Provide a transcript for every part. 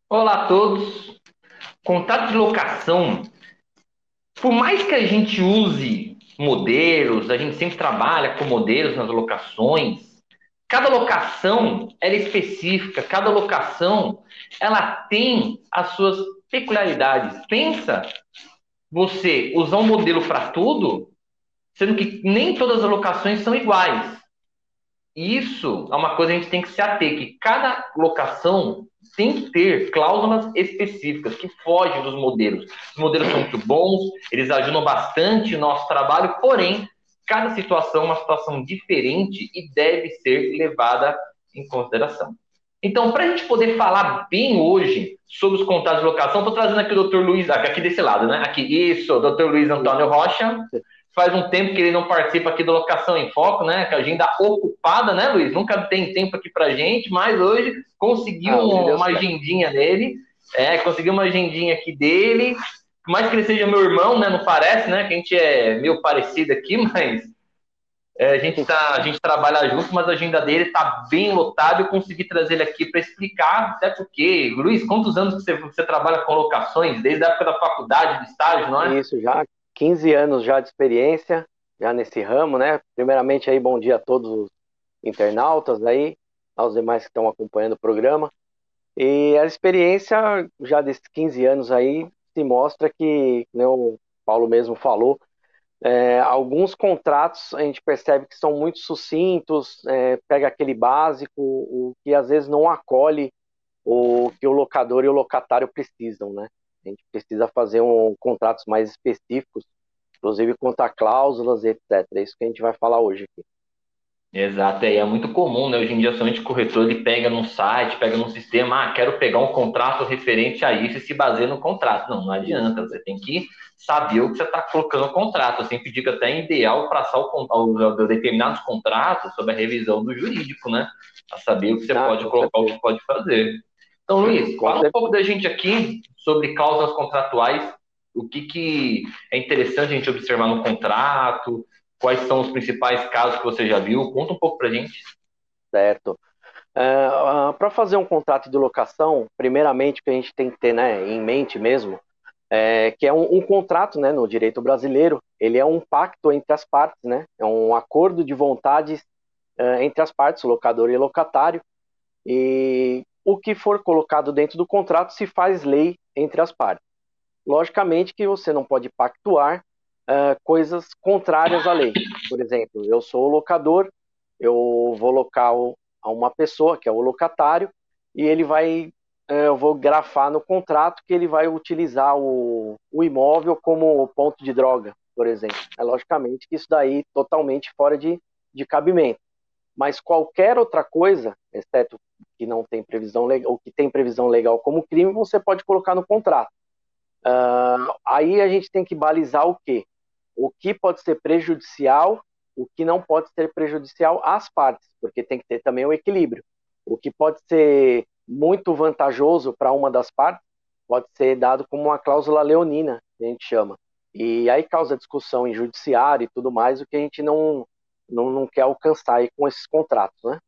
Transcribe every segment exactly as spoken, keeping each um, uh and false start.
Olá a todos. Contrato de locação, por mais que a gente use modelos, a gente sempre trabalha com modelos nas locações, cada locação ela é específica, cada locação ela tem as suas peculiaridades. Pensa você usar um modelo para tudo, sendo que nem todas as locações são iguais. Isso é uma coisa que a gente tem que se ater, que cada locação tem que ter cláusulas específicas que fogem dos modelos. Os modelos são muito bons, eles ajudam bastante o nosso trabalho, porém, cada situação é uma situação diferente e deve ser levada em consideração. Então, para a gente poder falar bem hoje sobre os contratos de locação, estou trazendo aqui o doutor Luiz, aqui desse lado, né? Aqui, isso, doutor Luiz Antônio Rocha. Faz um tempo que ele não participa aqui do Locação em Foco, né? Que a agenda ocupada, né, Luiz? Nunca tem tempo aqui pra gente, mas hoje conseguiu Ah, hoje deu uma certo. agendinha dele. É, conseguiu uma agendinha aqui dele. Por mais que ele seja meu irmão, né? Não parece, né? Que a gente é meio parecido aqui, mas é, a, gente tá, a gente trabalha junto, mas a agenda dele tá bem lotada. Eu consegui trazer ele aqui para explicar, até porque, Luiz, quantos anos que você, você trabalha com locações? Desde a época da faculdade, do estágio, não é? Isso, já quinze anos já de experiência, já nesse ramo, né? Primeiramente aí, bom dia a todos os internautas aí, aos demais que estão acompanhando o programa. E a experiência já desses quinze anos aí se mostra que, como o Paulo mesmo falou, é, alguns contratos a gente percebe que são muito sucintos, é, pega aquele básico, o que às vezes não acolhe o que o locador e o locatário precisam, né? A gente precisa fazer um, contratos mais específicos, inclusive quanto a cláusulas, etcétera. É isso que a gente vai falar hoje aqui. Exato, é, é muito comum, né? Hoje em dia, somente o corretor ele pega num site, pega num sistema, ah, quero pegar um contrato referente a isso e se baseia no contrato. Não, não Isso, adianta, você tem que saber o que você está colocando no contrato. Eu sempre digo até é ideal passar o, os, os determinados contratos sobre a revisão do jurídico, né? Para saber o que você ah, pode com colocar, o certeza. que pode fazer. Então, Luiz, Com fala um pouco certeza. da gente aqui sobre cláusulas contratuais, o que, que é interessante a gente observar no contrato, quais são os principais casos que você já viu, conta um pouco pra gente. Certo. Para fazer um contrato de locação, primeiramente o que a gente tem que ter, né, em mente mesmo, é que é um, um contrato, né, no direito brasileiro, ele é um pacto entre as partes, né, é um acordo de vontades eh, entre as partes, locador e locatário, e o que for colocado dentro do contrato se faz lei entre as partes. Logicamente que você não pode pactuar uh, coisas contrárias à lei. Por exemplo, eu sou o locador, eu vou locar a uma pessoa, que é o locatário, e ele vai, uh, eu vou grafar no contrato que ele vai utilizar o, o imóvel como ponto de droga, por exemplo. É logicamente que isso daí é totalmente fora de, de cabimento. Mas qualquer outra coisa, exceto que não tem previsão legal, ou que tem previsão legal como crime, você pode colocar no contrato. Uh, aí a gente tem que balizar o quê? O que pode ser prejudicial, o que não pode ser prejudicial às partes, porque tem que ter também o equilíbrio. O que pode ser muito vantajoso para uma das partes pode ser dado como uma cláusula leonina, que a gente chama. E aí causa discussão em judiciário e tudo mais, o que a gente não, não, não quer alcançar aí com esses contratos, né?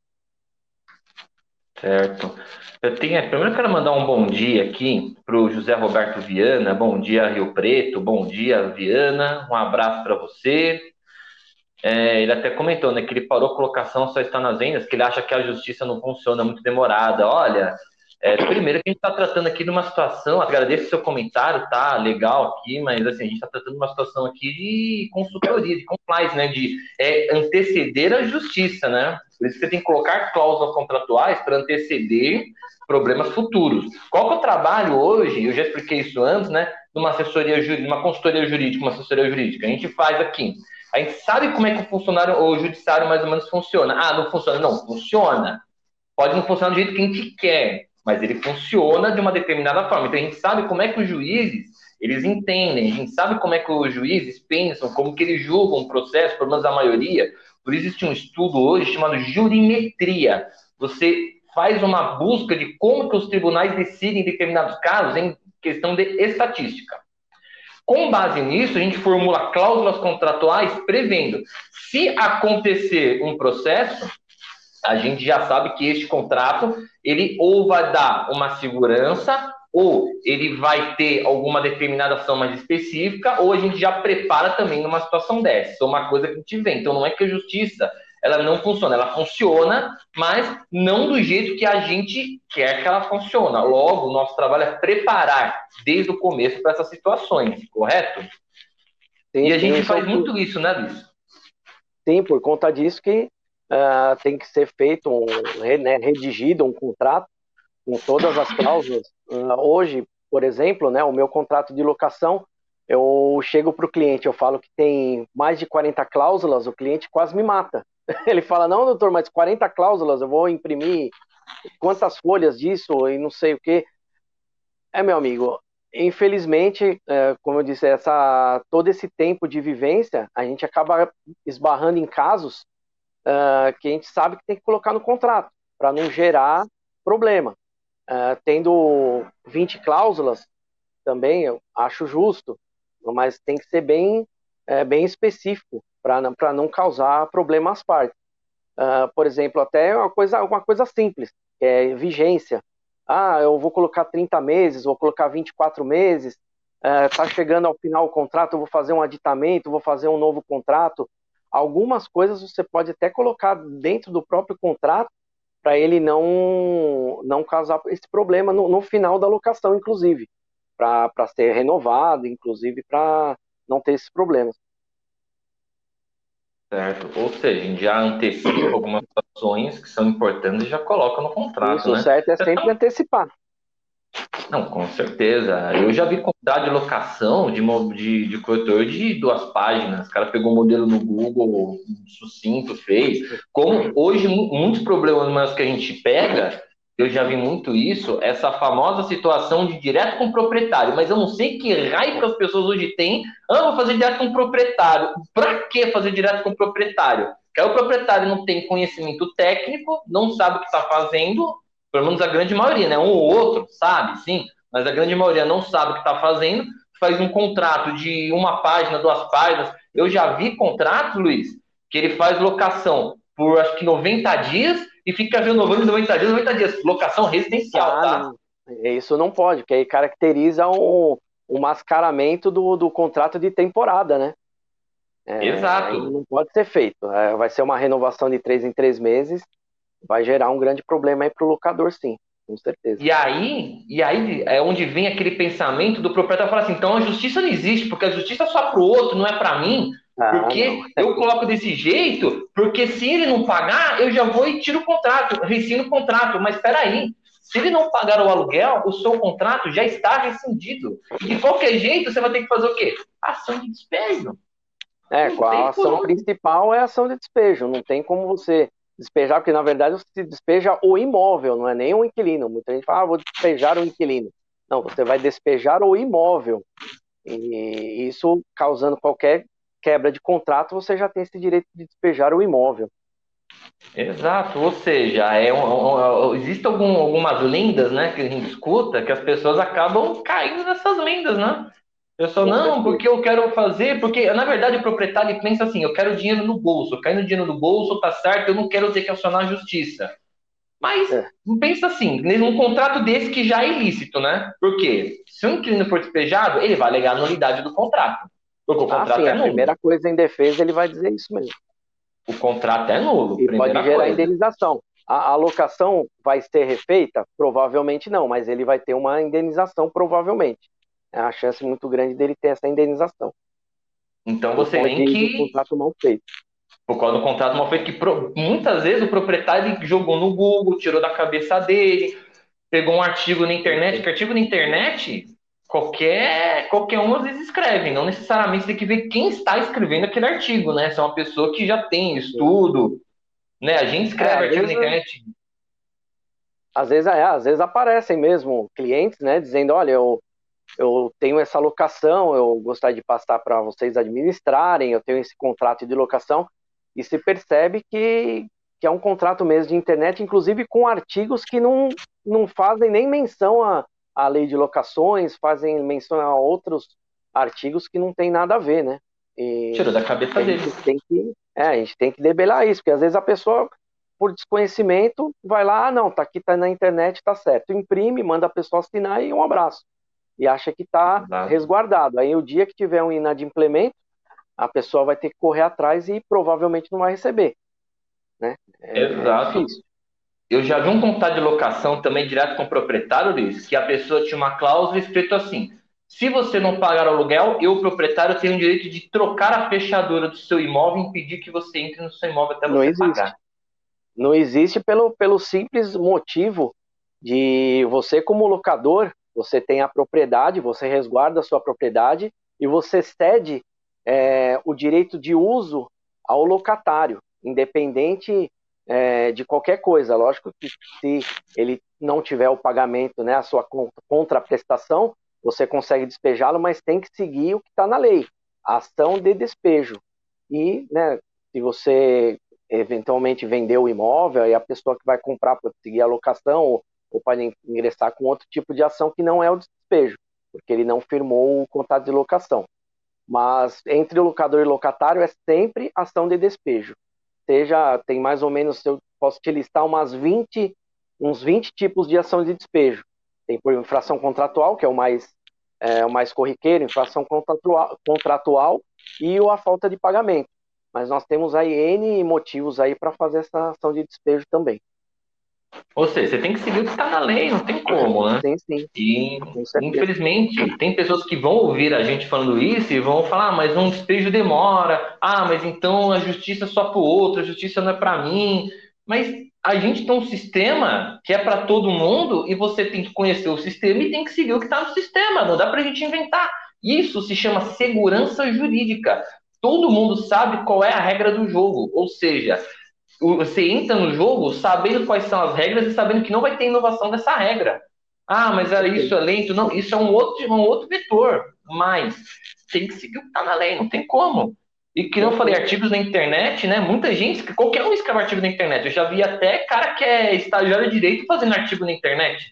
Certo. Eu tenho, primeiro eu quero mandar um bom dia aqui para o José Roberto Viana. Bom dia, Rio Preto. Bom dia, Viana. Um abraço para você. É, ele até comentou, né, que ele parou a colocação só está nas vendas, que ele acha que a justiça não funciona muito demorada. Olha, é, primeiro que a gente está tratando aqui de uma situação, agradeço o seu comentário, tá legal aqui, mas assim, a gente está tratando de uma situação aqui de consultoria, de compliance, né, de é, anteceder a justiça, né? Por isso que você tem que colocar cláusulas contratuais para anteceder problemas futuros. Qual que é o trabalho hoje, eu já expliquei isso antes, né, de uma assessoria jurídica, uma consultoria jurídica, uma assessoria jurídica, a gente faz aqui. A gente sabe como é que o funcionário ou o judiciário mais ou menos funciona. Ah, não funciona. Não, funciona. Pode não funcionar do jeito que a gente quer, mas ele funciona de uma determinada forma. Então a gente sabe como é que os juízes, eles entendem, a gente sabe como é que os juízes pensam, como que eles julgam o processo, pelo menos a maioria. Por isso existe um estudo hoje chamado jurimetria. Você faz uma busca de como que os tribunais decidem determinados casos em questão de estatística. Com base nisso, a gente formula cláusulas contratuais prevendo, se acontecer um processo, a gente já sabe que este contrato, ele ou vai dar uma segurança, ou ele vai ter alguma determinada ação mais específica, ou a gente já prepara também numa situação dessa. Isso é uma coisa que a gente vê. Então não é que a justiça ela não funciona, ela funciona, mas não do jeito que a gente quer que ela funcione. Logo, o nosso trabalho é preparar desde o começo para essas situações, correto? Sim, E a sim, gente isso é faz o que- muito isso, né, Luiz? sim, por conta disso que ah, tem que ser feito, um, re- né, redigido um contrato com todas as cláusulas. Ah, hoje, por exemplo, né, o meu contrato de locação, eu chego para o cliente, eu falo que tem mais de quarenta cláusulas, o cliente quase me mata. Ele fala, não, doutor, mas quarenta cláusulas, eu vou imprimir quantas folhas disso e não sei o quê. É, meu amigo, infelizmente, é, como eu disse, essa, todo esse tempo de vivência, a gente acaba esbarrando em casos ah, que a gente sabe que tem que colocar no contrato, para não gerar problema. Ah, tendo vinte cláusulas, também eu acho justo, mas tem que ser bem, é, bem específico, para não, para não causar problema às partes. Ah, por exemplo, até uma coisa, uma coisa simples, que é vigência. Ah, eu vou colocar trinta meses, vou colocar vinte e quatro meses, está chegando ao final o contrato, eu vou fazer um aditamento, vou fazer um novo contrato. Algumas coisas você pode até colocar dentro do próprio contrato para ele não, não causar esse problema no, no final da locação, inclusive, para ser renovado, inclusive para não ter esses problemas. Certo. Ou seja, a gente já antecipa algumas situações que são importantes e já coloca no contrato, Isso, o né? certo é sempre antecipar. Não, com certeza. Eu já vi contrato de locação de, mo- de, de corretor de duas páginas. O cara pegou um modelo no Google, sucinto, fez. Como hoje, mu- muitos problemas que a gente pega, eu já vi muito isso, essa famosa situação de direto com o proprietário. Mas eu não sei que raio que as pessoas hoje têm. Ah, vou fazer direto com o proprietário. Pra que fazer direto com o proprietário? Porque aí o proprietário não tem conhecimento técnico, não sabe o que está fazendo, pelo menos a grande maioria, né? Um ou outro sabe, sim, mas a grande maioria não sabe o que está fazendo, faz um contrato de uma página, duas páginas. Eu já vi contratos, Luiz, que ele faz locação por acho que noventa dias e fica renovando em noventa dias, noventa dias. Locação residencial, Ah, tá? não. Isso não pode, porque aí caracteriza um, um mascaramento do, do contrato de temporada, né? É, aí Exato. não pode ser feito. É, vai ser uma renovação de três em três meses, vai gerar um grande problema aí para o locador, sim, com certeza. E aí, e aí é onde vem aquele pensamento do proprietário falar assim, então a justiça não existe, porque a justiça é só para o outro, não é para mim, Ah, não. porque eu coloco desse jeito, porque se ele não pagar, eu já vou e tiro o contrato, rescindo o contrato. Mas espera aí, se ele não pagar o aluguel, o seu contrato já está rescindido. E de qualquer jeito, você vai ter que fazer o quê? Ação de despejo. É, Não a tem por ação onde. principal é a ação de despejo. Não tem como você despejar, porque na verdade você despeja o imóvel, não é nem o inquilino. Muita gente fala, ah, vou despejar o inquilino. Não, você vai despejar o imóvel. E isso causando qualquer quebra de contrato, você já tem esse direito de despejar o imóvel. Exato, ou seja, é um, um, um, existe algum, algumas lendas, né, que a gente escuta que as pessoas acabam caindo nessas lendas, né? Eu só, Com não, certeza. porque eu quero fazer, porque na verdade o proprietário ele pensa assim, eu quero dinheiro no bolso, caindo dinheiro no bolso, tá certo, eu não quero ter que acionar a justiça. Mas É. pensa assim, num contrato desse que já é ilícito, né? Porque se um inquilino for despejado, ele vai alegar a nulidade do contrato, porque o Ah, contrato sim, é a nulo. primeira coisa em defesa ele vai dizer isso mesmo. O contrato é nulo, E pode primeira gerar coisa. indenização. A a locação vai ser refeita? Provavelmente não, mas ele vai ter uma indenização, provavelmente. É a chance muito grande dele ter essa indenização, Então por você conta tem de, do que contrato mal feito. por causa do contrato mal feito, que pro- muitas vezes o proprietário ele jogou no Google, tirou da cabeça dele, pegou um artigo na internet, que artigo na internet, qualquer, qualquer um às vezes escreve, não necessariamente tem que ver quem está escrevendo aquele artigo, né? Se é uma pessoa que já tem estudo, né? A gente É, escreve às artigo vezes, na internet. às vezes, é, às vezes aparecem mesmo clientes, né, dizendo, olha, eu, eu tenho essa locação, eu gostaria de passar para vocês administrarem, eu tenho esse contrato de locação, e se percebe que, que é um contrato mesmo de internet, inclusive com artigos que não, não fazem nem menção à, à lei de locações, fazem menção a outros artigos que não tem nada a ver, né? E Tirou da cabeça a dele. gente tem que, é, a gente tem que debelar isso, porque às vezes a pessoa por desconhecimento, vai lá, ah, não, tá aqui, tá na internet, tá certo. Imprime, manda a pessoa assinar e um abraço. E acha que tá Exato. resguardado. Aí o dia que tiver um inadimplemento, a pessoa vai ter que correr atrás e provavelmente não vai receber, né? É, é Exato. difícil. Eu já vi um contrato de locação também direto com o proprietário, Luiz, que a pessoa tinha uma cláusula escrito assim: se você não pagar o aluguel, eu, proprietário, tenho o direito de trocar a fechadura do seu imóvel e impedir que você entre no seu imóvel até Não você existe. pagar. Não existe pelo, pelo simples motivo de você, como locador, você tem a propriedade, você resguarda a sua propriedade e você cede é, o direito de uso ao locatário, independente é, de qualquer coisa. Lógico que se ele não tiver o pagamento, né, a sua contraprestação, você consegue despejá-lo, mas tem que seguir o que está na lei, a ação de despejo. E, né, se você eventualmente vender o imóvel, e a pessoa que vai comprar para seguir a locação ou, ou pode ingressar com outro tipo de ação que não é o despejo, porque ele não firmou o contrato de locação. Mas entre locador e locatário é sempre ação de despejo. Seja, tem mais ou menos, eu posso te listar umas vinte, uns vinte tipos de ação de despejo. Tem por infração contratual, que é o mais, é, o mais corriqueiro, infração contratual, contratual e a falta de pagamento. Mas nós temos aí N motivos aí para fazer essa ação de despejo também. Ou seja, você tem que seguir o que está na lei, não tem como, né? Sim, sim, E, com certeza. infelizmente, tem pessoas que vão ouvir a gente falando isso e vão falar, ah, mas um despejo demora. Ah, mas então a justiça é só para o outro, a justiça não é para mim. Mas a gente tem um sistema que é para todo mundo e você tem que conhecer o sistema e tem que seguir o que está no sistema. Não dá para a gente inventar. Isso se chama segurança jurídica. Todo mundo sabe qual é a regra do jogo. Ou seja, você entra no jogo sabendo quais são as regras e sabendo que não vai ter inovação dessa regra. Ah, mas era isso é lento. Não, isso é um outro, um outro vetor. Mas tem que seguir o que está na lei, não tem como. E que não Sim, falei, sim. artigos na internet, né? Muita gente, qualquer um escreve artigo na internet. Eu já vi até cara que é estagiário de direito fazendo artigo na internet.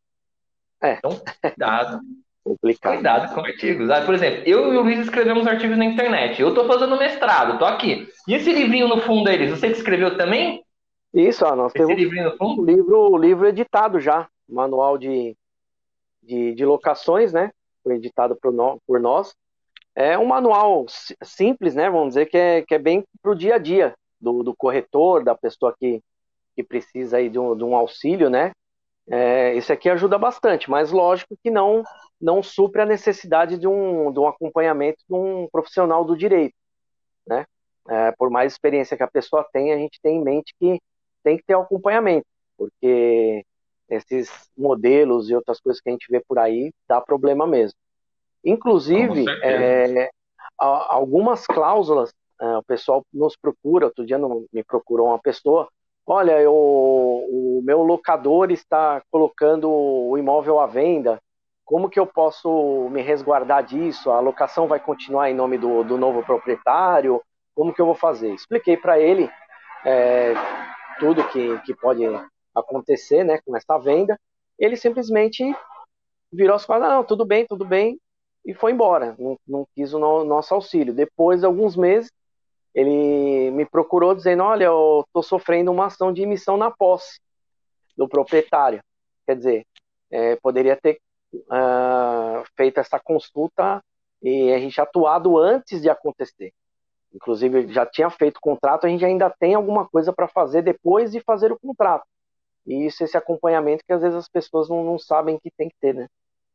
É, Então, cuidado. complicado. Cuidado com artigos. Ah, por exemplo, eu e o Luiz escrevemos artigos na internet. Eu estou fazendo mestrado, estou aqui. E esse livrinho no fundo deles, você que escreveu também? Isso, ó, nós Esse temos livrinho no o fundo? livro, o livro editado já, manual de, de, de locações, né? Foi editado por, no, por nós. É um manual simples, né? Vamos dizer que é, que é bem para o dia a dia do, do corretor, da pessoa que, que precisa aí de um, de um auxílio, né? É, esse aqui ajuda bastante, mas lógico que não não supre a necessidade de um, de um acompanhamento de um profissional do direito, né? É, por mais experiência que a pessoa tenha, a gente tem em mente que tem que ter um acompanhamento, porque esses modelos e outras coisas que a gente vê por aí dá problema mesmo. Com Inclusive, certeza. é, algumas cláusulas, é, o pessoal nos procura, outro dia não, me procurou uma pessoa, olha, eu, o meu locador está colocando o imóvel à venda, como que eu posso me resguardar disso? A locação vai continuar em nome do, do novo proprietário? Como que eu vou fazer? Expliquei para ele é, tudo que, que pode acontecer, né, com essa venda. Ele simplesmente virou as costas, não, tudo bem, tudo bem, e foi embora, não, não quis o no, nosso auxílio. Depois de alguns meses, ele me procurou dizendo, olha, eu estou sofrendo uma ação de emissão na posse do proprietário. Quer dizer, é, poderia ter uh, feito essa consulta e a gente atuado antes de acontecer. Inclusive, já tinha feito o contrato, a gente ainda tem alguma coisa para fazer depois de fazer o contrato. E isso, esse acompanhamento que às vezes as pessoas não, não sabem que tem que ter, né?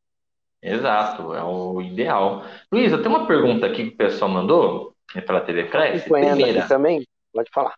Exato, é o ideal. Luiz, eu tenho uma pergunta aqui que o pessoal mandou é pela T V Estou Cresce. acompanhando aqui Primeira, também, pode falar.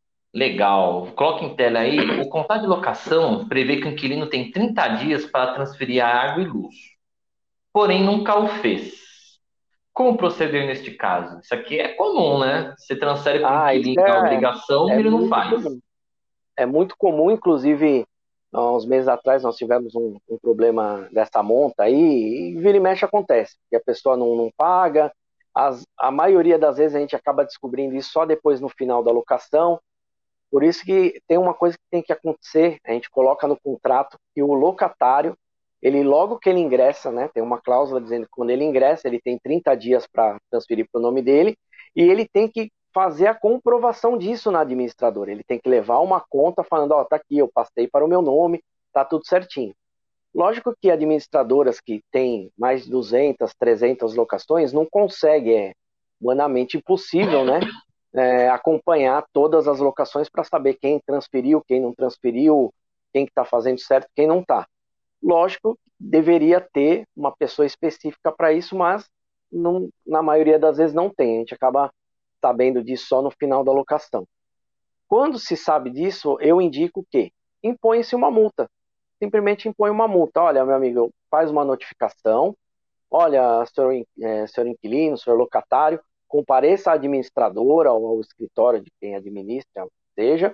legal. Coloca em tela aí. O contrato de locação prevê que o inquilino tem trinta dias para transferir a água e luz, porém nunca o fez. Como proceder neste caso? Isso aqui é comum, né? Você transfere para o Ah, isso inquilino a é, obrigação é e ele não muito faz. comum. É muito comum, inclusive, há uns meses atrás nós tivemos um, um problema dessa monta aí, e vira e mexe acontece, que a pessoa não, não paga, as, a maioria das vezes a gente acaba descobrindo isso só depois no final da locação, por isso que tem uma coisa que tem que acontecer, a gente coloca no contrato que o locatário, ele logo que ele ingressa, né, tem uma cláusula dizendo que quando ele ingressa, ele tem trinta dias para transferir para o nome dele, e ele tem que fazer a comprovação disso na administradora. Ele tem que levar uma conta falando, ó, tá aqui, eu passei para o meu nome, tá tudo certinho. Lógico que administradoras que têm mais de duzentas, trezentas locações não conseguem, é humanamente impossível, né? É, acompanhar todas as locações para saber quem transferiu, quem não transferiu, quem está fazendo certo, quem não está. Lógico, deveria ter uma pessoa específica para isso, mas não, na maioria das vezes não tem. A gente acaba sabendo disso só no final da locação. Quando se sabe disso, eu indico que impõe-se uma multa. Simplesmente impõe uma multa. Olha, meu amigo, faz uma notificação. Olha, senhor, é, senhor inquilino, senhor locatário, compareça à administradora ou ao escritório de quem administra, seja,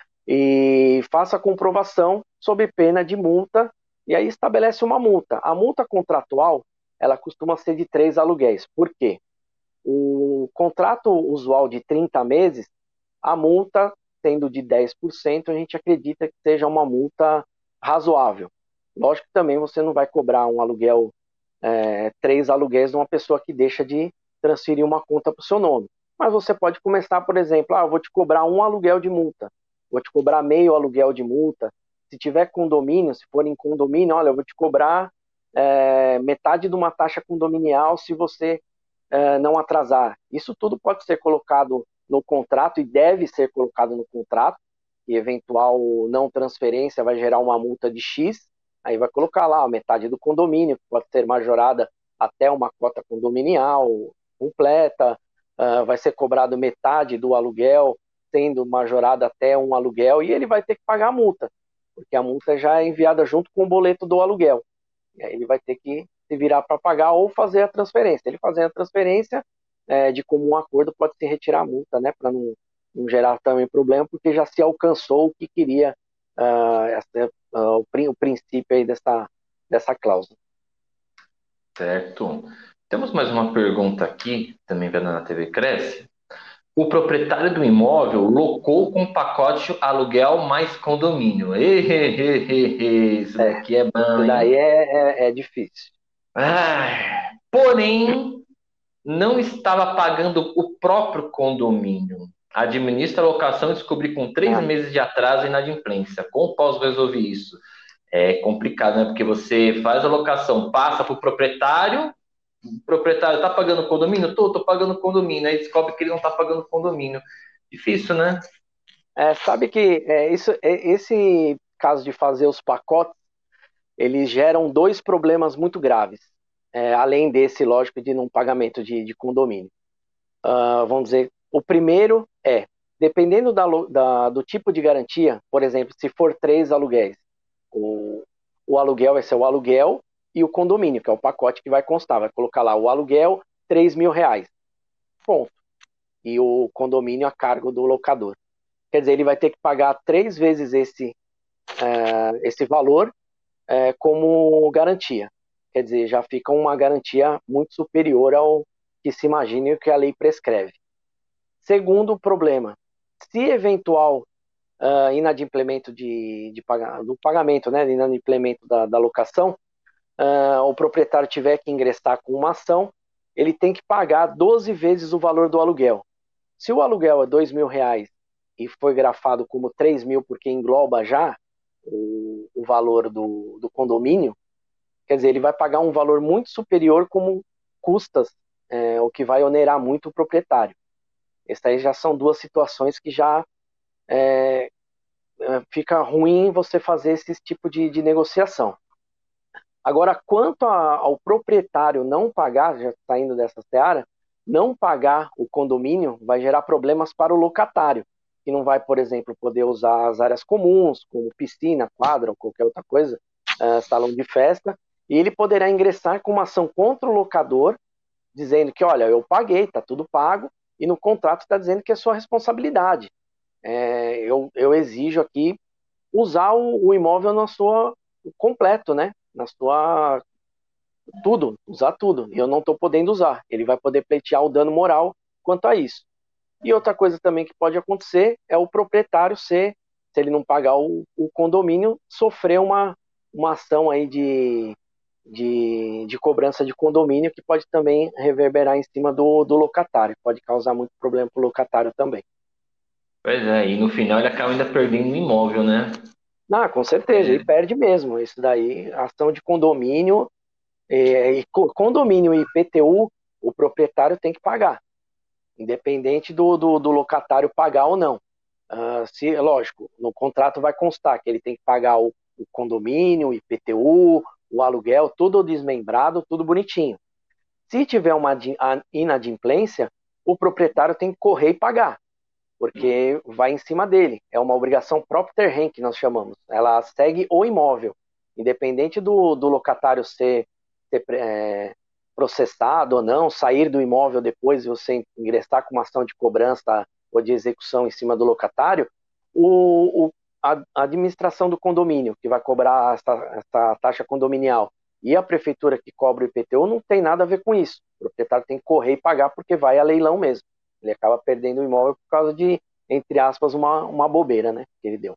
e faça a comprovação sob pena de multa, e aí estabelece uma multa. A multa contratual, ela costuma ser de três aluguéis. Por quê? O contrato usual de trinta meses, a multa, sendo de dez por cento, a gente acredita que seja uma multa razoável. Lógico que também você não vai cobrar um aluguel, é, três aluguéis de uma pessoa que deixa de transferir uma conta para o seu nome. Mas você pode começar, por exemplo, ah, eu vou te cobrar um aluguel de multa, vou te cobrar meio aluguel de multa. Se tiver condomínio, se for em condomínio, olha, eu vou te cobrar é, metade de uma taxa condominial se você é, não atrasar. Isso tudo pode ser colocado no contrato e deve ser colocado no contrato, e eventual não transferência vai gerar uma multa de X, aí vai colocar lá a metade do condomínio, que pode ser majorada até uma cota condominial completa, uh, vai ser cobrado metade do aluguel, sendo majorada até um aluguel, e ele vai ter que pagar a multa, porque a multa já é enviada junto com o boleto do aluguel. E aí ele vai ter que se virar para pagar ou fazer a transferência. Ele fazendo a transferência, é, de comum acordo, pode se retirar a multa, né, para não, não gerar também problema, porque já se alcançou o que queria, uh, essa, uh, o, o princípio aí dessa, dessa cláusula. Certo. Temos mais uma pergunta aqui, também vendo na T V Cresce. O proprietário do imóvel locou com pacote aluguel mais condomínio. Ehehehe, isso É, daqui é bom, isso daí hein? é, é, é difícil. Ai, porém, não estava pagando o próprio condomínio. Administra a locação e descobri com três Ah, meses de atraso e inadimplência. Como posso resolver isso? É complicado, né? Porque você faz a locação, passa para o proprietário, o proprietário está pagando o condomínio? Tô, tô pagando o condomínio. Aí descobre que ele não está pagando o condomínio. Difícil, né? é, sabe que é, isso, é, esse caso de fazer os pacotes, eles geram dois problemas muito graves, é, além desse, lógico, de não pagamento de, de condomínio. Uh, vamos dizer, o primeiro é, dependendo da, da, do tipo de garantia, por exemplo, se for três aluguéis, o, o aluguel vai ser o aluguel e o condomínio, que é o pacote que vai constar, vai colocar lá o aluguel, três mil reais, ponto. E o condomínio a cargo do locador. Quer dizer, ele vai ter que pagar três vezes esse, uh, esse valor uh, como garantia. Quer dizer, já fica uma garantia muito superior ao que se imagina e o que a lei prescreve. Segundo problema, se eventual uh, inadimplemento de, de pagar, do pagamento, né, inadimplemento da, da locação, uh, o proprietário tiver que ingressar com uma ação, ele tem que pagar doze vezes o valor do aluguel. Se o aluguel é dois mil reais e foi grafado como três mil porque engloba já o, o valor do, do condomínio, quer dizer, ele vai pagar um valor muito superior como custas, é, o que vai onerar muito o proprietário. Essas aí já são duas situações que já é, fica ruim você fazer esse tipo de, de negociação. Agora, quanto a, ao proprietário não pagar, já saindo dessa seara, não pagar o condomínio vai gerar problemas para o locatário, que não vai, por exemplo, poder usar as áreas comuns, como piscina, quadra ou qualquer outra coisa, uh, salão de festa, e ele poderá ingressar com uma ação contra o locador, dizendo que, olha, eu paguei, está tudo pago, e no contrato está dizendo que é sua responsabilidade. É, eu, eu exijo aqui usar o, o imóvel na sua completo, né? Na sua tudo, usar tudo. E eu não estou podendo usar. Ele vai poder pleitear o dano moral quanto a isso. E outra coisa também que pode acontecer é o proprietário ser, se ele não pagar o, o condomínio, sofrer uma, uma ação aí de, de, de cobrança de condomínio, que pode também reverberar em cima do, do locatário, pode causar muito problema para o locatário também. Pois é, e no final ele acaba ainda perdendo o imóvel, né? Ah, com certeza, e É, perde mesmo. Isso daí, ação de condomínio, é, e co- condomínio e I P T U, o proprietário tem que pagar, independente do, do, do locatário pagar ou não. Ah, se, lógico, no contrato vai constar que ele tem que pagar o, o condomínio, o I P T U, o aluguel, tudo desmembrado, tudo bonitinho. Se tiver uma inadimplência, o proprietário tem que correr e pagar, porque vai em cima dele. É uma obrigação própria terreno que nós chamamos. Ela segue o imóvel, independente do, do locatário ser, ser é, processado ou não, sair do imóvel depois e você ingressar com uma ação de cobrança ou de execução em cima do locatário, o, o, a administração do condomínio, que vai cobrar essa, essa taxa condominial, e a prefeitura que cobra o I P T U não tem nada a ver com isso. O proprietário tem que correr e pagar porque vai a leilão mesmo. Ele acaba perdendo o imóvel por causa de, entre aspas, uma, uma bobeira, né, que ele deu.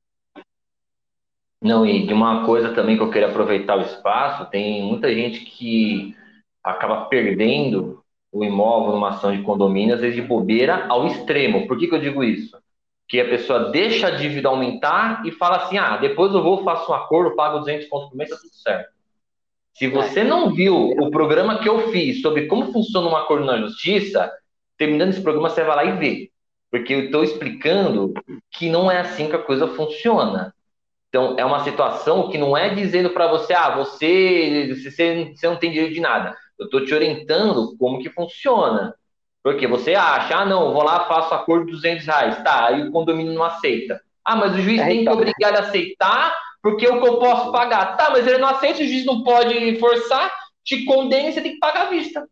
não, e de uma coisa também que eu queria aproveitar o espaço, tem muita gente que acaba perdendo o imóvel numa ação de condomínio, às vezes de bobeira ao extremo. Por que que eu digo isso? Que a pessoa deixa a dívida aumentar e fala assim, ah, depois eu vou, faço um acordo, pago duzentos conto por mês, tá tudo certo. Se É, você não viu bem o assim. programa que eu fiz sobre como funciona um acordo na justiça, terminando esse programa você vai lá e vê. Porque eu estou explicando que não é assim que a coisa funciona. Então, é uma situação que não é dizendo para você, ah, você, você, você não tem direito de nada. Eu estou te orientando como que funciona. Porque você acha, ah, não, vou lá, faço acordo de duzentos reais. Tá, aí o condomínio não aceita. Ah, mas o juiz É, tem que então, obrigar ele a aceitar, porque é o que eu posso pagar. Tá, mas ele não aceita, o juiz não pode forçar, te condena e você tem que pagar à vista.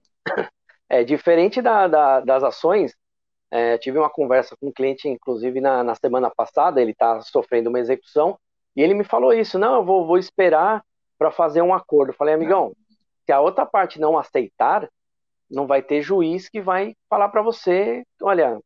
é diferente da, da, das ações. É, tive uma conversa com um cliente, inclusive na, na semana passada, ele está sofrendo uma execução, e ele me falou isso, não, eu vou, vou esperar para fazer um acordo. Eu falei, amigão, se a outra parte não aceitar, não vai ter juiz que vai falar para você, olha,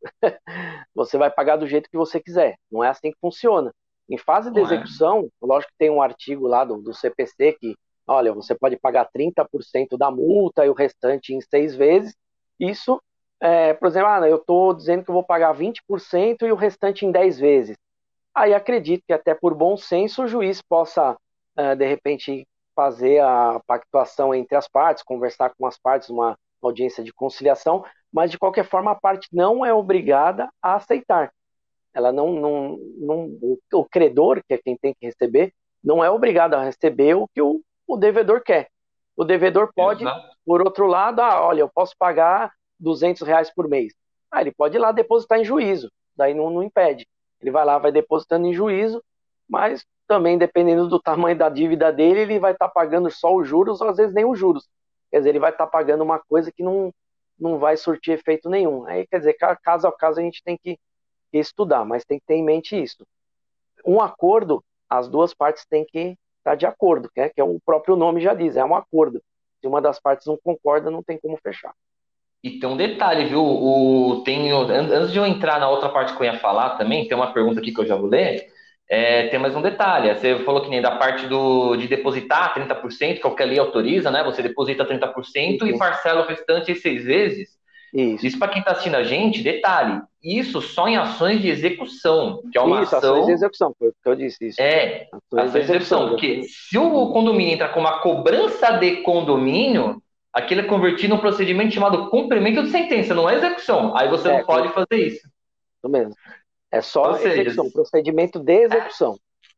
você vai pagar do jeito que você quiser. Não é assim que funciona. Em fase de Não é? execução, lógico que tem um artigo lá do, do C P C que, olha, você pode pagar trinta por cento da multa e o restante em seis vezes. Isso, é, por exemplo, ah, eu estou dizendo que eu vou pagar vinte por cento e o restante em dez vezes. Aí acredito que até por bom senso o juiz possa, é, de repente, fazer a pactuação entre as partes, conversar com as partes, uma audiência de conciliação, mas de qualquer forma a parte não é obrigada a aceitar. Ela não, não, não o, o credor, que é quem tem que receber, não é obrigado a receber o que o, o devedor quer. O devedor pode, Exato. por outro lado, ah, olha, eu posso pagar duzentos reais por mês. Ah, ele pode ir lá depositar em juízo, daí não, não impede. Ele vai lá, vai depositando em juízo, mas também dependendo do tamanho da dívida dele, ele vai estar tá pagando só os juros, ou às vezes nem os juros. Quer dizer, ele vai estar tá pagando uma coisa que não, não vai surtir efeito nenhum. Aí, quer dizer, caso a caso a gente tem que estudar, mas tem que ter em mente isso. Um acordo, as duas partes têm que estar de acordo, né? Que é o próprio nome já diz, é um acordo. Se uma das partes não concorda, não tem como fechar. E tem um detalhe, viu? O, tem, antes de eu entrar na outra parte que eu ia falar também, tem uma pergunta aqui que eu já vou ler. É, tem mais um detalhe. Você falou que nem da parte do, de depositar trinta por cento, que é o que a lei autoriza, né? Você deposita trinta por cento e Sim, parcela o restante em seis vezes. isso. Isso para quem está assistindo a gente, detalhe. Isso só em ações de execução, que é uma Isso, ações de ação, execução, foi o que eu disse isso. é, Ações de ações de execução. execução. Já Porque tem... se o condomínio entra com uma cobrança de condomínio, aquilo é convertido num procedimento chamado cumprimento de sentença, não é execução. Aí você É, não com pode fazer isso. isso mesmo. É Ou só seja, execução, procedimento de execução.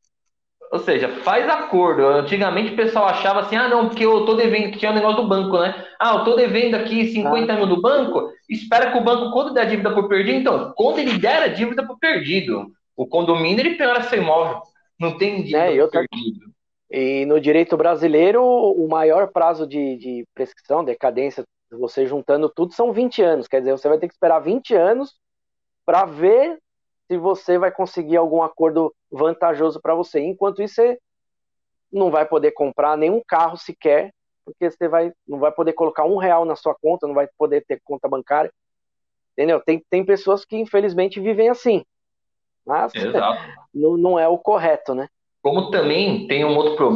ou seja, faz acordo. Antigamente o pessoal achava assim, ah, não, porque eu tô devendo, que tinha um negócio do banco, né? Ah, eu tô devendo aqui Ah, cinquenta mil do banco, espera que o banco, quando der a dívida por perdido, então, quando ele der a dívida por perdido, o condomínio ele penhora seu imóvel. Não tem dívida né? E por outra, perdido. e no direito brasileiro, o maior prazo de, de prescrição, decadência, você juntando tudo, são vinte anos. Quer dizer, você vai ter que esperar vinte anos para ver se você vai conseguir algum acordo vantajoso para você. Enquanto isso, você não vai poder comprar nenhum carro sequer, porque você vai, não vai poder colocar um real na sua conta, não vai poder ter conta bancária. Entendeu? Tem, tem pessoas que, infelizmente, vivem assim. Mas Exato. não, não é o correto, né? Como também tem um outro problema.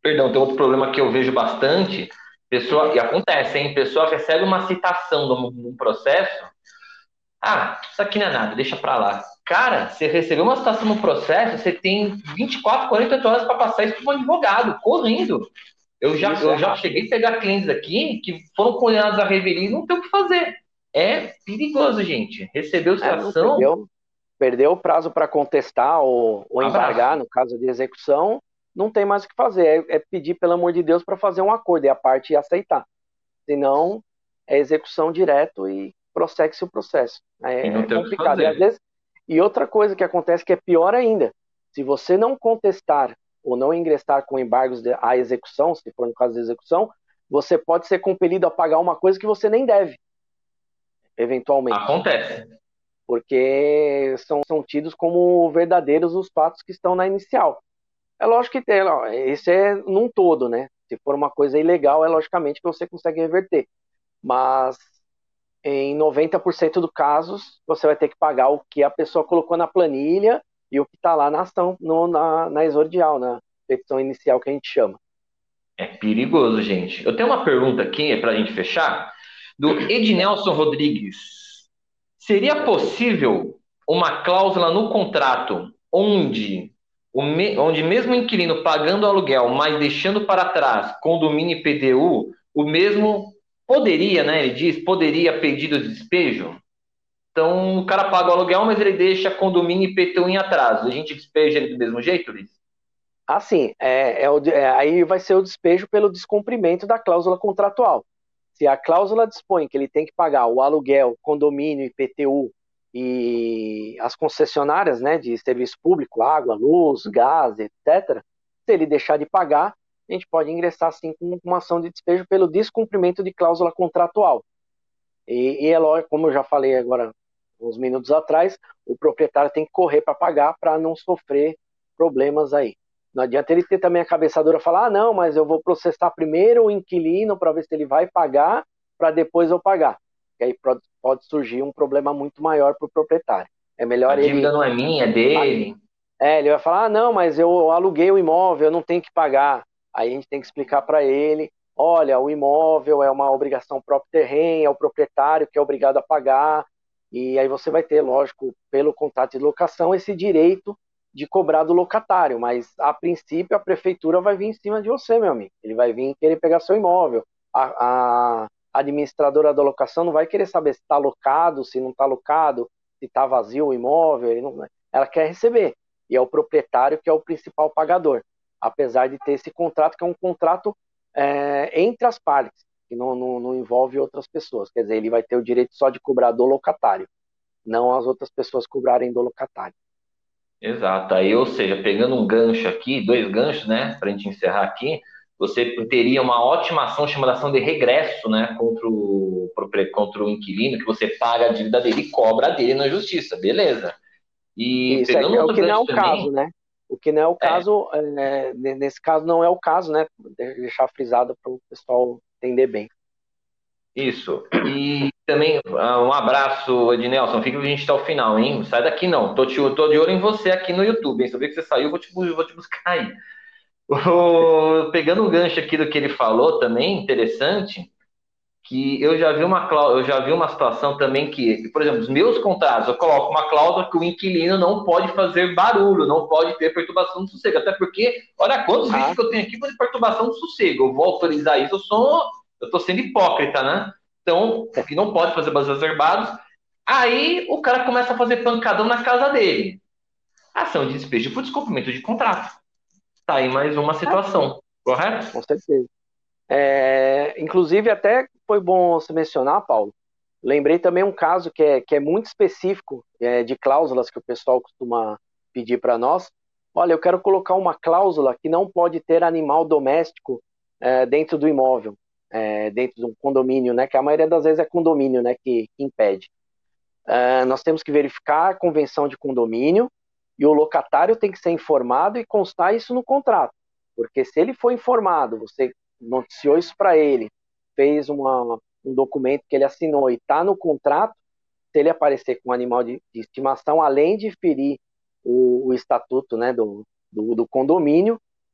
Perdão, tem outro problema que eu vejo bastante. Pessoa, e acontece, hein? Pessoa recebe uma citação num, num processo. Ah, isso aqui não é nada, deixa pra lá. Cara, você recebeu uma citação no processo, você tem vinte e quatro, quarenta e oito horas para passar isso para um advogado, correndo. Eu já, Isso é eu já rápido. cheguei a pegar clientes aqui que foram condenados a revelia e não tem o que fazer. É perigoso, gente. Recebeu É, não, citação, perdeu, perdeu o prazo para contestar ou, ou embargar, abraço. no caso de execução, não tem mais o que fazer. É, é pedir, pelo amor de Deus, para fazer um acordo e a parte aceitar. Senão, é execução direto e prossegue-se o processo. E É, não é tem o que complicado. E às fazer. vezes, e outra coisa que acontece que é pior ainda, se você não contestar ou não ingressar com embargos de- à execução, se for no caso de execução, você pode ser compelido a pagar uma coisa que você nem deve, eventualmente, Acontece. porque são, são tidos como verdadeiros os fatos que estão na inicial. É lógico que tem, ó, isso é num todo, né? Se for uma coisa ilegal, é logicamente que você consegue reverter. Mas em noventa por cento dos casos, você vai ter que pagar o que a pessoa colocou na planilha e o que está lá na ação, no, na, na exordial, na petição inicial que a gente chama. É perigoso, gente. Eu tenho uma pergunta aqui para a gente fechar, do Ednelson Rodrigues. Seria possível uma cláusula no contrato onde, o me- onde mesmo o inquilino pagando o aluguel, mas deixando para trás condomínio e P T U, o mesmo poderia, né? Ele diz, poderia pedir o despejo? Então, o cara paga o aluguel, mas ele deixa condomínio e P T U em atraso. A gente despeja ele do mesmo jeito, Liz? Assim, é, é o, é, aí vai ser o despejo pelo descumprimento da cláusula contratual. Se a cláusula dispõe que ele tem que pagar o aluguel, condomínio, I P T U e as concessionárias, né, de serviço público, água, luz, gás, etcétera, se ele deixar de pagar, a gente pode ingressar sim com uma ação de despejo pelo descumprimento de cláusula contratual. E, e é lógico, como eu já falei agora uns minutos atrás, o proprietário tem que correr para pagar para não sofrer problemas aí. Não adianta ele ter também a cabeçadora falar, ah, não, mas eu vou processar primeiro o inquilino para ver se ele vai pagar, para depois eu pagar. E aí pode, pode surgir um problema muito maior para o proprietário. É A melhor ele. dívida não é minha, é dele. É, ele vai falar, ah, não, mas eu aluguei o imóvel, eu não tenho que pagar. Aí a gente tem que explicar para ele, olha, o imóvel é uma obrigação próprio terreno, é o proprietário que é obrigado a pagar, e aí você vai ter, lógico, pelo contrato de locação, esse direito de cobrar do locatário, mas a princípio a prefeitura vai vir em cima de você, meu amigo. Ele vai vir querer pegar seu imóvel. A, a administradora da locação não vai querer saber se está locado, se não está locado, se está vazio o imóvel, ele não, ela quer receber e é o proprietário que é o principal pagador, apesar de ter esse contrato que é um contrato é, entre as partes, que não, não, não envolve outras pessoas, quer dizer, ele vai ter o direito só de cobrar do locatário, não as outras pessoas cobrarem do locatário. Exato. Aí, ou seja, pegando um gancho aqui, dois ganchos, né, para a gente encerrar aqui, você teria uma ótima ação chamada ação de regresso, né, contra o, proprie- contra o inquilino, que você paga a dívida dele e cobra a dele na justiça, beleza. E Isso é, pegando é o outro que não é gancho o caso, também, né? O que não é o é, caso, é, nesse caso não é o caso, né? Deixar frisado para o pessoal entender bem. isso. E também ah, um abraço, Ednelson, fica com a gente até o final, hein? Não sai daqui não, tô, te, tô de olho em você aqui no YouTube, hein? Se eu ver que você saiu, eu vou te, bu- vou te buscar aí. O- pegando um gancho aqui do que ele falou também, interessante, que eu já vi uma cláusula, eu já vi uma situação também que, por exemplo, os meus contratos, eu coloco uma cláusula que o inquilino não pode fazer barulho, não pode ter perturbação do sossego, até porque, olha quantos vídeos Ah, que eu tenho aqui de perturbação do sossego, eu vou autorizar isso, eu sou, eu tô sendo hipócrita, né? Então, que não pode fazer barulhos exacerbados, aí o cara começa a fazer pancadão na casa dele. Ação de despejo por descumprimento de contrato. Tá aí mais uma situação, correto? com certeza. É, inclusive, até foi bom você mencionar, Paulo. Lembrei também um caso que é, que é muito específico é, de cláusulas que o pessoal costuma pedir para nós. Olha, eu quero colocar uma cláusula que não pode ter animal doméstico é, dentro do imóvel, é, dentro de um condomínio, né? Que a maioria das vezes é condomínio, né? Que, que impede. É, nós temos que verificar a convenção de condomínio e o locatário tem que ser informado e constar isso no contrato. Porque se ele for informado, você noticiou isso para ele, fez uma, um documento que ele assinou e está no contrato, se ele aparecer com um animal de, de estimação, além de ferir o, o estatuto, né, do, do, do condomínio,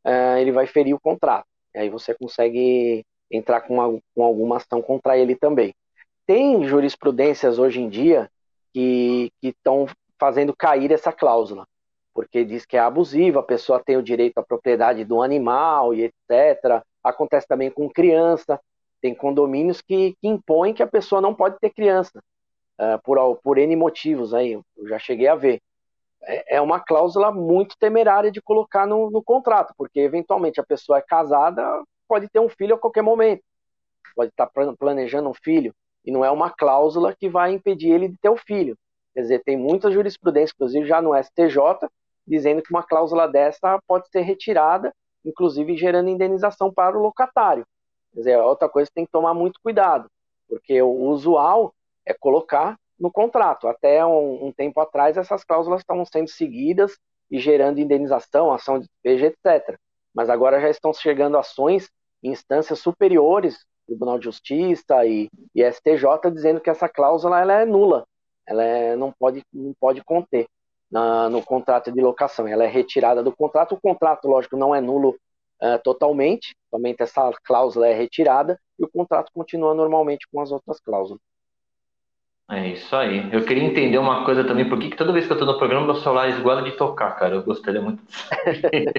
é, ele vai ferir o contrato. E aí você consegue entrar com, a, com alguma ação contra ele também. Tem jurisprudências hoje em dia que estão fazendo cair essa cláusula, porque diz que é abusivo, a pessoa tem o direito à propriedade do animal e etcétera. Acontece também com criança, tem condomínios que, que impõem que a pessoa não pode ter criança, uh, por, por N motivos, aí, eu já cheguei a ver. É, é uma cláusula muito temerária de colocar no, no contrato, porque eventualmente a pessoa é casada, pode ter um filho a qualquer momento, pode estar planejando um filho, e não é uma cláusula que vai impedir ele de ter o filho. Quer dizer, tem muita jurisprudência, inclusive já no S T J, dizendo que uma cláusula dessa pode ser retirada, inclusive gerando indenização para o locatário. Quer dizer, outra coisa que tem que tomar muito cuidado, porque o usual é colocar no contrato. Até um, um tempo atrás, essas cláusulas estavam sendo seguidas e gerando indenização, ação de despejo, etcétera. Mas agora já estão chegando ações em instâncias superiores, Tribunal de Justiça e, e S T J, dizendo que essa cláusula ela é nula, ela é, não, pode, não pode conter na, no contrato de locação, ela é retirada do contrato. O contrato, lógico, não é nulo uh, totalmente, somente essa cláusula é retirada e o contrato continua normalmente com as outras cláusulas. É isso aí. Eu queria entender uma coisa também, por que que toda vez que eu tô no programa, meu celular esgoela de tocar, cara? Eu gostaria muito de saber.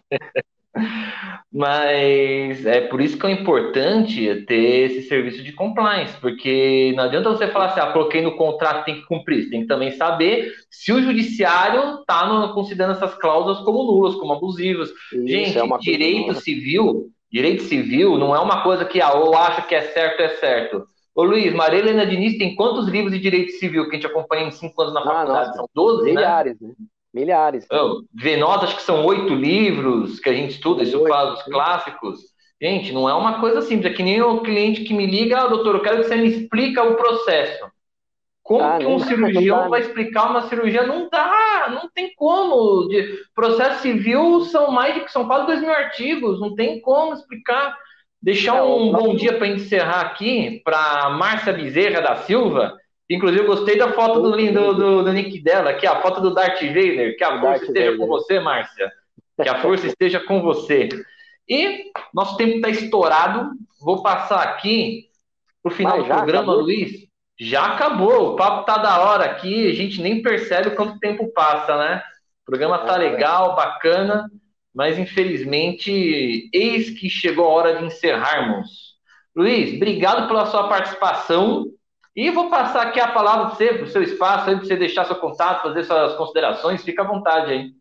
Mas é por isso que é importante ter esse serviço de compliance, porque não adianta você falar assim, ah, coloquei no contrato, tem que cumprir. Você tem que também saber se o judiciário está considerando essas cláusulas como nulas, como abusivas. Isso é Gente, uma coisa direito nova. civil, direito civil não é uma coisa que ah, eu acho que é certo, é certo. Ô Luiz, Maria Helena Diniz tem quantos livros de direito civil que a gente acompanha em cinco anos na Ah, faculdade? nossa, São doze, né? milhares, né? Milhares. Oh, Venosa, acho que são oito livros que a gente estuda, isso Oito, fala dos sim. clássicos. Gente, não é uma coisa simples, é que nem o cliente que me liga, ah, doutor, eu quero que você me explica o processo. Como Ah, que não um dá, não cirurgião dá, vai né? explicar uma cirurgia? Não dá, não tem como. De, processo civil são mais de são quase dois mil artigos, não tem como explicar. Deixar É, o um bom próprio dia para encerrar aqui para Márcia Bezerra da Silva. Inclusive, eu gostei da foto do, muito bom do, dia, do, do nick dela, aqui, a foto do Darth Vader. Que o a força Darth esteja com Vader. você, Márcia. Que a força esteja com você. E nosso tempo está estourado. Vou passar aqui para o final Mas do já programa, acabou? Luiz. Já acabou. O papo tá da hora aqui. A gente nem percebe quanto tempo passa, né? O programa tá É, legal, bacana. Mas infelizmente, eis que chegou a hora de encerrarmos. Luiz, obrigado pela sua participação. E vou passar aqui a palavra para você, para o seu espaço, para você deixar seu contato, fazer suas considerações. Fica à vontade aí.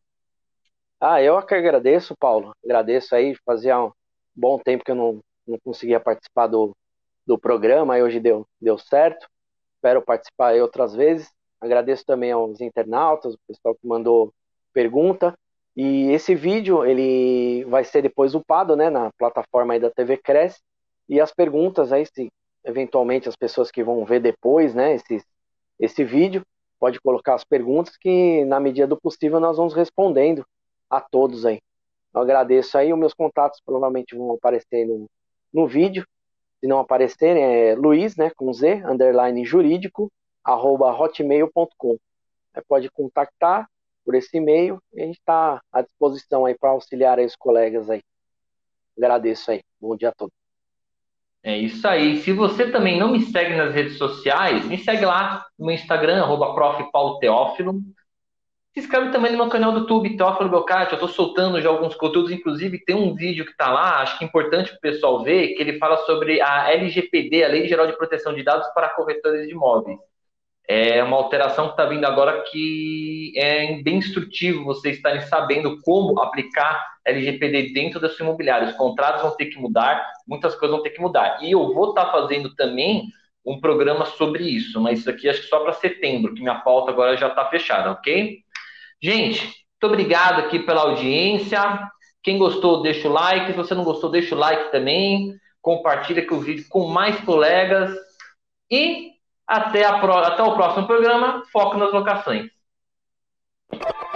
Ah, eu que agradeço, Paulo. Agradeço aí. Fazia um bom tempo que eu não, não conseguia participar do, do programa, aí hoje deu, deu certo. Espero participar aí outras vezes. Agradeço também aos internautas, o pessoal que mandou pergunta. E esse vídeo, ele vai ser depois upado, né, na plataforma aí da T V Cresce. E as perguntas aí, se eventualmente as pessoas que vão ver depois, né, esse, esse vídeo, pode colocar as perguntas que, na medida do possível, nós vamos respondendo a todos aí. Eu agradeço aí, os meus contatos provavelmente vão aparecer no, no vídeo. Se não aparecerem, é Luiz, né, com Z, underline jurídico, arroba hotmail ponto com. Pode contactar por esse e-mail e a gente está à disposição aí para auxiliar aí os colegas aí. Agradeço aí. Bom dia a todos. É isso aí. Se você também não me segue nas redes sociais, me segue lá no meu Instagram, arroba prof. Paulo Teófilo. Se inscreve também no meu canal do YouTube, Teófilo Belcati. Eu estou soltando já alguns conteúdos, inclusive tem um vídeo que está lá, acho que é importante para o pessoal ver, que ele fala sobre a L G P D, a Lei Geral de Proteção de Dados para corretores de imóveis. É uma alteração que está vindo agora que é bem instrutivo vocês estarem sabendo como aplicar L G P D dentro da sua imobiliária. Os contratos vão ter que mudar, muitas coisas vão ter que mudar. E eu vou estar fazendo também um programa sobre isso, mas isso aqui acho que só para setembro, que minha pauta agora já está fechada, ok? Gente, muito obrigado aqui pela audiência. Quem gostou, deixa o like. Se você não gostou, deixa o like também. Compartilha aqui o vídeo com mais colegas. E até, a, até o próximo programa. Foco nas locações.